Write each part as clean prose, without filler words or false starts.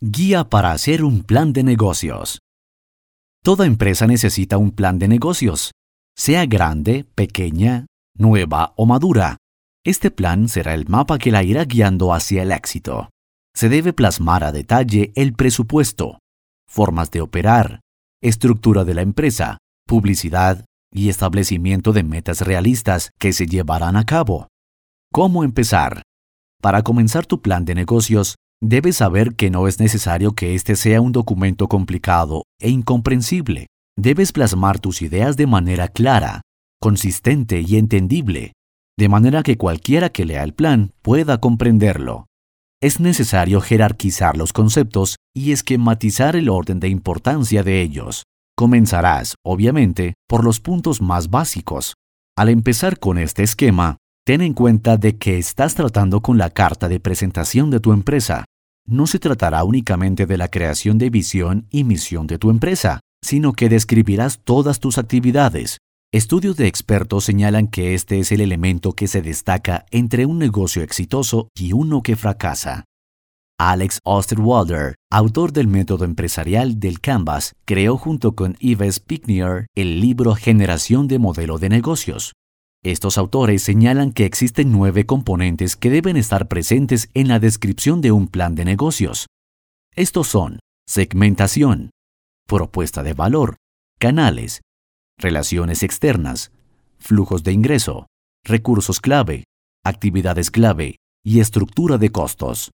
Guía para hacer un plan de negocios. Toda empresa necesita un plan de negocios, sea grande, pequeña, nueva o madura. Este plan será el mapa que la irá guiando hacia el éxito. Se debe plasmar a detalle el presupuesto, formas de operar, estructura de la empresa, publicidad y establecimiento de metas realistas que se llevarán a cabo. ¿Cómo empezar? Para comenzar tu plan de negocios, debes saber que no es necesario que este sea un documento complicado e incomprensible. Debes plasmar tus ideas de manera clara, consistente y entendible, de manera que cualquiera que lea el plan pueda comprenderlo. Es necesario jerarquizar los conceptos y esquematizar el orden de importancia de ellos. Comenzarás, obviamente, por los puntos más básicos. Al empezar con este esquema, ten en cuenta de que estás tratando con la carta de presentación de tu empresa. No se tratará únicamente de la creación de visión y misión de tu empresa, sino que describirás todas tus actividades. Estudios de expertos señalan que este es el elemento que se destaca entre un negocio exitoso y uno que fracasa. Alex Osterwalder, autor del método empresarial del Canvas, creó junto con Yves Pichnier el libro Generación de Modelo de Negocios. Estos autores señalan que existen 9 componentes que deben estar presentes en la descripción de un plan de negocios. Estos son segmentación, propuesta de valor, canales, relaciones externas, flujos de ingreso, recursos clave, actividades clave y estructura de costos.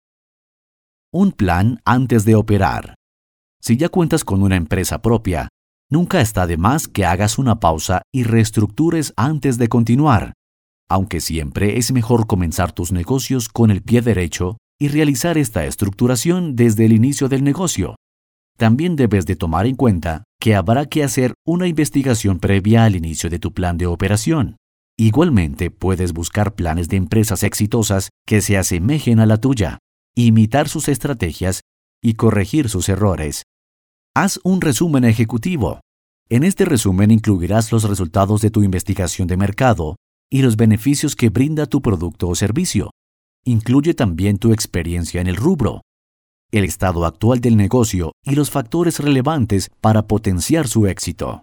Un plan antes de operar. Si ya cuentas con una empresa propia, nunca está de más que hagas una pausa y reestructures antes de continuar, aunque siempre es mejor comenzar tus negocios con el pie derecho y realizar esta estructuración desde el inicio del negocio. También debes de tomar en cuenta que habrá que hacer una investigación previa al inicio de tu plan de operación. Igualmente, puedes buscar planes de empresas exitosas que se asemejen a la tuya, imitar sus estrategias y corregir sus errores. Haz un resumen ejecutivo. En este resumen incluirás los resultados de tu investigación de mercado y los beneficios que brinda tu producto o servicio. Incluye también tu experiencia en el rubro, el estado actual del negocio y los factores relevantes para potenciar su éxito.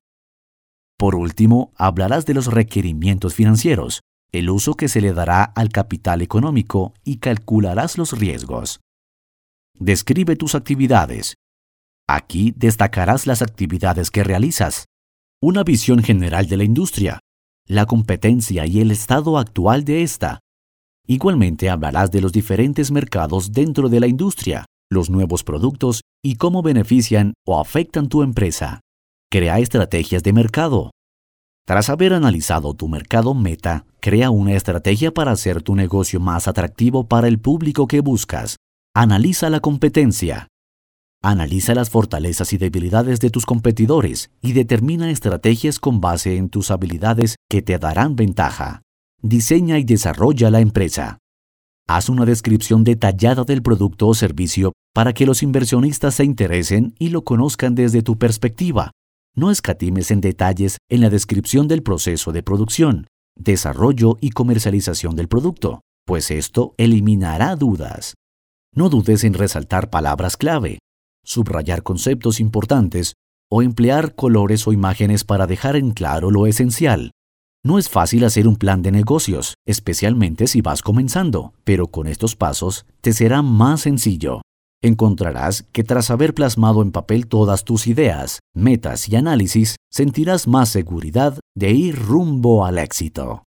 Por último, hablarás de los requerimientos financieros, el uso que se le dará al capital económico y calcularás los riesgos. Describe tus actividades. Aquí destacarás las actividades que realizas, una visión general de la industria, la competencia y el estado actual de esta. Igualmente hablarás de los diferentes mercados dentro de la industria, los nuevos productos y cómo benefician o afectan tu empresa. Crea estrategias de mercado. Tras haber analizado tu mercado meta, crea una estrategia para hacer tu negocio más atractivo para el público que buscas. Analiza la competencia. Analiza las fortalezas y debilidades de tus competidores y determina estrategias con base en tus habilidades que te darán ventaja. Diseña y desarrolla la empresa. Haz una descripción detallada del producto o servicio para que los inversionistas se interesen y lo conozcan desde tu perspectiva. No escatimes en detalles en la descripción del proceso de producción, desarrollo y comercialización del producto, pues esto eliminará dudas. No dudes en resaltar palabras clave, subrayar conceptos importantes o emplear colores o imágenes para dejar en claro lo esencial. No es fácil hacer un plan de negocios, especialmente si vas comenzando, pero con estos pasos te será más sencillo. Encontrarás que tras haber plasmado en papel todas tus ideas, metas y análisis, sentirás más seguridad de ir rumbo al éxito.